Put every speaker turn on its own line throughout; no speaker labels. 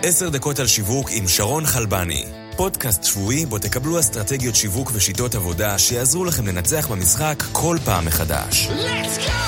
10 דקות על שיווק עם שרון חלבני. פודקאסט שבועי בו תקבלו אסטרטגיות שיווק ושיטות עבודה שיעזרו לכם לנצח במשחק כל פעם מחדש. Let's go!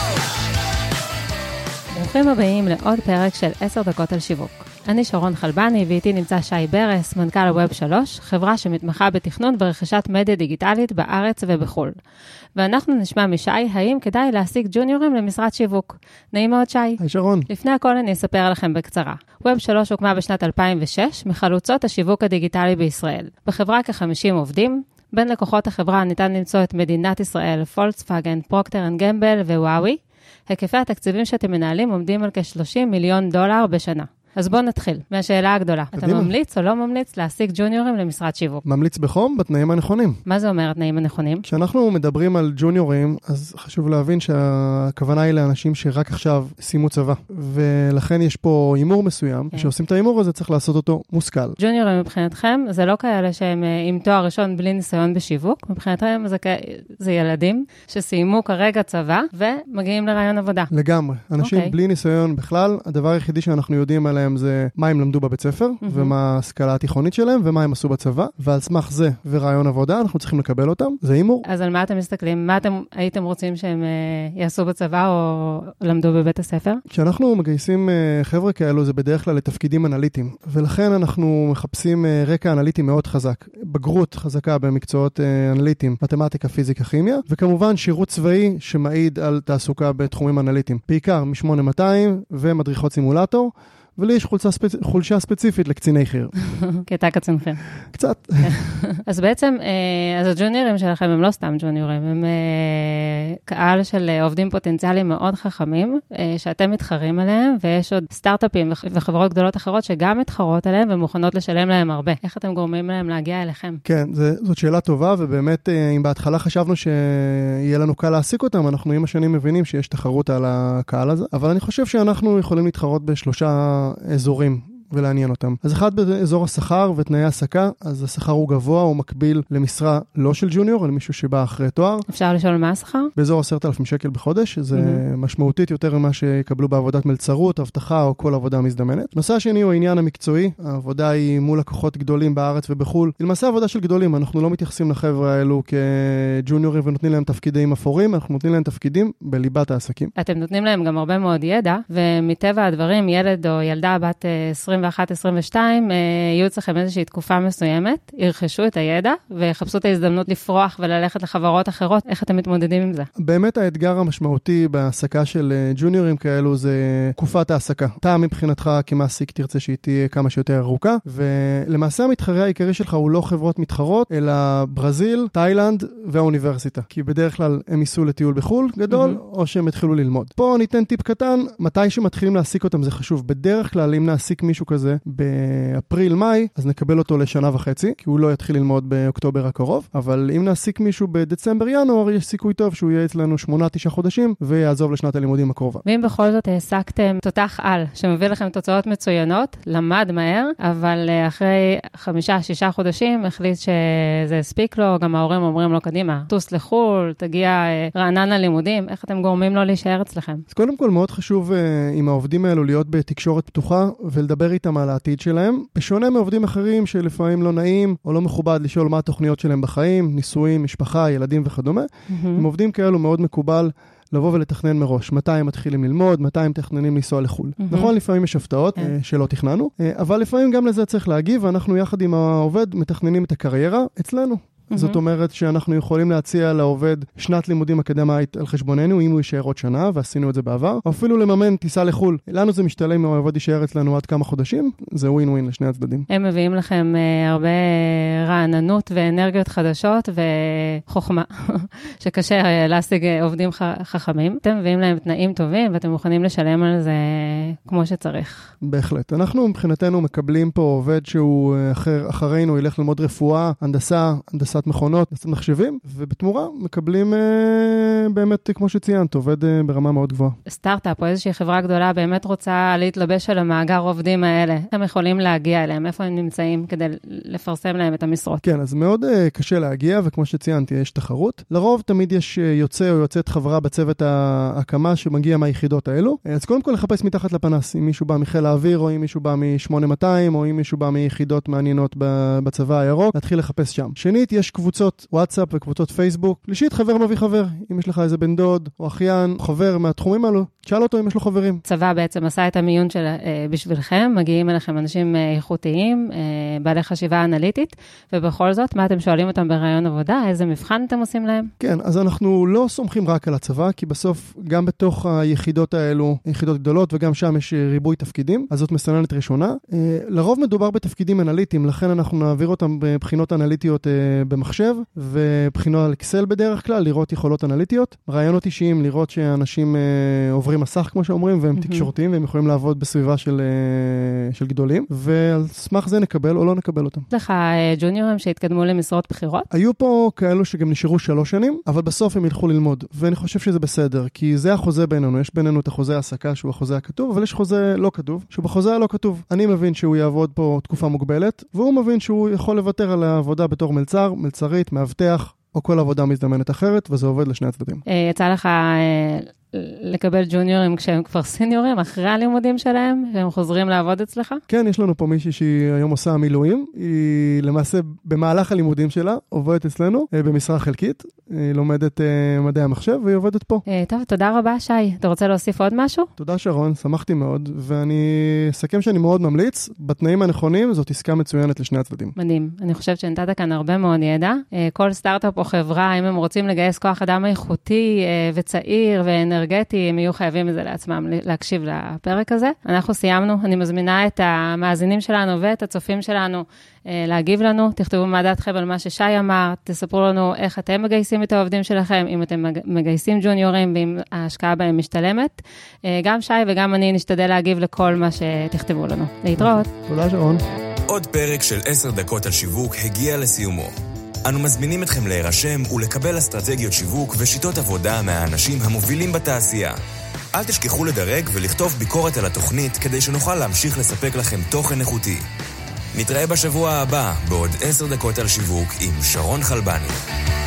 ברוכים הבאים לעוד פרק של 10 דקות על שיווק. אני שרון חלבני ואיתי נמצא שי ברס, מנכ"ל הווב 3, חברה שמתמחה בתכנון ורכישת מדיה דיגיטלית בארץ ובחול. ואנחנו נשמע משי האם כדאי להשיג ג'וניורים למשרת שיווק. נעים מאוד שי.
היי שרון.
לפני הכל אני אספר לכם בקצרה. ווב 3 הוקמה בשנת 2006 מחלוצות השיווק הדיגיטלי בישראל. בחברה כ50 עובדים. בין לקוחות החברה ניתן למצוא את מדינת ישראל, פולקסווגן, פרוקטר אנד גמבל ווואוי. היקפי התקציבים שאתם מנהלים עומדים על כ$30 מיליון בשנה. אז בואו נתחיל מהשאלה הגדולה. אתה ממליץ או לא ממליץ להשיג ג'וניורים למשרת שיווק?
ממליץ בחום בתנאים הנכונים.
מה זה אומר התנאים הנכונים?
כשאנחנו מדברים על ג'וניורים, אז חשוב להבין שהכוונה היא לאנשים שרק עכשיו סיימו צבא. ולכן יש פה אימור מסוים. כשעושים את האימור הזה צריך לעשות אותו מושכל.
ג'וניורים מבחינתכם זה לא כאלה שהם עם תואר ראשון בלי ניסיון בשיווק. מבחינתכם זה ילדים שסיימו כרגע צבא ומגיעים לרעיון עבודה.
לגמרי. אנשים בלי ניסיון בכלל, הדבר היחידי שאנחנו יודעים עליהם זה מה הם למדו בבית ספר, ומה ההשכלה התיכונית שלהם, ומה הם עשו בצבא, ועל סמך זה ורעיון עבודה, אנחנו צריכים לקבל אותם. זה אימור.
אז על מה אתם מסתכלים? מה אתם הייתם רוצים שהם יעשו בצבא או למדו בבית הספר?
כשאנחנו מגייסים חבר'ה כאלו, זה בדרך כלל לתפקידים אנליטיים, ולכן אנחנו מחפשים רקע אנליטי מאוד חזק. בגרות חזקה במקצועות אנליטיים, מתמטיקה, פיזיקה, כימיה, וכמובן שירות צבאי שמעיד על תעסוקה בתחומים אנליטיים. בעיקר מ-8200 ומדריכות סימולטור, ולי יש חולשה ספציפית לקציני חיר.
כי אתה קצין חיר.
קצת.
אז בעצם, אז הג'וניורים שלכם הם לא סתם ג'וניורים, הם קהל של עובדים פוטנציאליים מאוד חכמים, שאתם מתחרים עליהם, ויש עוד סטארט-אפים וחברות גדולות אחרות שגם מתחרות עליהם, ומוכנות לשלם להם הרבה. איך אתם גורמים להם להגיע אליכם?
כן, זאת שאלה טובה, ובאמת, אם בהתחלה חשבנו שיהיה לנו קל להעסיק אותם, אנחנו עם השנים מבינים שיש תחרות על הקהל הזה, אבל אני חושב שאנחנו יכולים להתחרות בשלושה אזורים ולעניין אותם. אז אחד באזור השכר ותנאי העסקה, אז השכר הוא גבוה, הוא מקביל למשרה לא של ג'וניור, אלא מישהו שבא אחרי תואר.
אפשר לשאול מה השכר?
באזור 10,000 שקל בחודש, זה משמעותית יותר ממה שיקבלו בעבודת מלצרות, הבטחה או כל עבודה מזדמנת. נושא השני הוא העניין המקצועי, העבודה היא מול לקוחות גדולים בארץ ובחול. למעשה עבודה של גדולים, אנחנו לא מתייחסים לחבר'ה האלו כג'וניורים ונותנים להם תפקידים אפורים, אנחנו נותנים להם תפקידים בליבת העסקים. אתם נותנים להם גם הרבה מאוד ידע, ומטבע הדברים, ילד או ילדה בת 21-22, יהיו צריכים איזושהי תקופה מסוימת, ירכשו את הידע, ויחפשו את ההזדמנות לפרוח וללכת לחברות אחרות. איך אתם מתמודדים עם זה? באמת האתגר המשמעותי בהעסקה של ג'וניורים כאלו, זה תקופת העסקה. אתה מבחינתך כמעסיק תרצה שהיא תהיה כמה שיותר ארוכה, ולמעשה המתחרה העיקרי שלך הוא לא חברות מתחרות, אלא ברזיל, תאילנד והאוניברסיטה. כי בדרך כלל הם ייסעו לטיול בחול גדול, או שהם התחילו ללמוד. פה ניתן טיפ קטן, מתי שמתחילים להעסיק אותם זה חשוב. בדרך כלל אם נעסיק מישהו כזה באפריל-מאי, אז נקבל אותו לשנה וחצי, כי הוא לא יתחיל ללמוד באוקטובר הקרוב, אבל אם נעסיק מישהו בדצמבר-ינואר, יש סיכוי טוב שהוא יהיה אצלנו 8-9 חודשים, ויעזוב לשנת הלימודים הקרובה.
ואם בכל זאת העסקתם תותח על, שמביא לכם תוצאות מצוינות, למד מהר, אבל אחרי 5-6 חודשים, החליט שזה הספיק לו, גם ההורים אומרים לו, קדימה, טוס לחול, תגיע רענן ללימודים, איך אתם גורמים לו להישאר אצלכם?
אז קודם כל מאוד חשוב עם העובדים האלו להיות בתקשורת פתוחה ולדבר איתם על העתיד שלהם, בשונה מעובדים אחרים שלפעמים לא נעים או לא מכובד לשאול מה התוכניות שלהם בחיים, נישואים, משפחה, ילדים וכדומה. עם עובדים כאלו מאוד מקובל לבוא ולתכנן מראש, מתי הם מתחילים ללמוד, מתי הם תכננים לנסוע לחול. נכון, לפעמים יש הפתעות שלא תכננו, אבל לפעמים גם לזה צריך להגיב, ואנחנו יחד עם העובד מתכננים את הקריירה אצלנו. זאת אומרת שאנחנו יכולים להציע לעובד שנת לימודים אקדמית על חשבוננו, אם הוא יישאר עוד שנה, ועשינו את זה בעבר, או אפילו לממן טיסה לחול. לנו זה משתלם אם העובד יישאר אצלנו עד כמה חודשים, זה ווין ווין לשני הצדדים.
הם מביאים לכם הרבה רעננות ואנרגיות חדשות וחוכמה, שקשה להשיג עובדים חכמים. אתם מביאים להם תנאים טובים, ואתם מוכנים לשלם על זה כמו שצריך.
בהחלט. אנחנו מבחינתנו מקבלים פה עובד שהוא אחרינו ילך ללמוד רפואה, הנדסה הנדסת מכונות, הנדסת מחשבים, ובתמורה מקבלים באמת, כמו שציינת, עובד ברמה מאוד גבוהה.
סטארט-אפ או איזושהי חברה גדולה באמת רוצה להתלבש על המאגר עובדים האלה. הם יכולים להגיע אליהם, איפה הם נמצאים כדי לפרסם להם את המשרות?
כן, אז מאוד קשה להגיע, וכמו שציינתי, יש תחרות. לרוב תמיד יש יוצא או יוצאת חברה בצוות ההקמה שמגיע מהיחידות האלו. אז קודם כל לחפש מתחת לפנס, אם מישהו בא מחיל האוויר, או אם מישהו בא מ-8200, או אם מישהו בא מיחידות מעניינות בצבא הירוק, להתחיל לחפש שם. שנית, יש קבוצות וואטסאפ וקבוצות פייסבוק. שלישית, חבר מביא חבר. אם יש לך איזה בן דוד או אחיין, חבר מהתחומים האלו, תשאל אותו אם יש לו חברים.
צבא בעצם עשה את המיון בשבילכם, מגיעים אליכם אנשים איכותיים, בעלי חשיבה אנליטית, ובכל זאת, מה אתם שואלים אותם ברעיון עבודה? איזה מבחן אתם עושים להם?
כן, אז אנחנו לא סומכים רק על הצבא, כי בסוף גם בתוך היחידות האלו, יחידות גדולות, וגם שם יש ריבוי תפקידים, אז זאת מסננת ראשונה. לרוב מדובר בתפקידים אנליטיים, לכן אנחנו נעביר אותם בבחינות אנליטיות במחשב, ובחינות על אקסל בדרך כלל, לראות יכולות אנליטיות. רעיונות אישיים, לראות שאנשים עוברים מסך, כמו שאומרים, והם תקשורתיים, והם יכולים לעבוד בסביבה של גדולים, ועל סמך זה נקבל או לא נקבל אותם.
לך ג'וניורים שהתקדמו למשרות בחירות?
היו פה כאלו שגם נשארו 3 שנים, אבל בסוף הם ילכו ללמוד, ואני חושב שזה בסדר, כי זה החוזה בינינו, יש בינינו את החוזה העסקה שהוא החוזה הכתוב, אבל יש חוזה לא כתוב, שהוא בחוזה הלא כתוב. אני מבין שהוא יעבוד פה תקופה מוגבלת, והוא מבין שהוא יכול לוותר על העבודה בתור מלצר, מלצרית, מאבטח, או כל עבודה מזדמנת אחרת, וזה עובד לשני הצדדים.
יצא לך לקבל ג'וניורים כשהם כבר סיניורים, אחרי הלימודים שלהם, והם חוזרים לעבוד אצלך?
כן, יש לנו פה מישהי שהיא היום עושה מילואים, היא למעשה במהלך הלימודים שלה, עובדת אצלנו במשרה חלקית, היא לומדת מדעי המחשב, והיא עובדת פה.
טוב, תודה רבה, שי. אתה רוצה להוסיף עוד משהו?
תודה שרון, שמחתי מאוד, ואני אסכם שאני מאוד ממליץ, בתנאים הנכונים, זאת עסקה מצוינת לשני הצדדים.
מדהים. אני חושבת שנתת כאן הרבה מאוד ידע. כל סטארט-אפ או חברה, אם הם רוצים לגייס כוח אדם איכותי וצעיר ואנרגטי, הם יהיו חייבים את זה לעצמם, להקשיב לפרק הזה. אנחנו סיימנו. אני מזמינה את המאזינים שלנו ואת הצופים שלנו להגיב לנו. תכתבו מה דעתכם על מה ששי אמר, תספרו לנו איך אתם מגייסים את העובדים שלכם, אם אתם מגייסים ג'וניורים ואם ההשקעה בהם משתלמת. גם שי וגם אני נשתדל להגיב לכל מה שתכתבו לנו. להתראות.
תודה שרון.
עוד פרק של 10 דקות על שיווק הגיע לסיומו. אנו מזמינים אתכם להירשם ולקבל אסטרטגיות שיווק ושיטות עבודה מהאנשים המובילים בתעשייה. אל תשכחו לדרג ולכתוב ביקורת על התוכנית כדי שנוכל להמשיך לספק לכם תוכן איכותי. נתראה בשבוע הבא בעוד 10 דקות על שיווק עם שרון חלבני.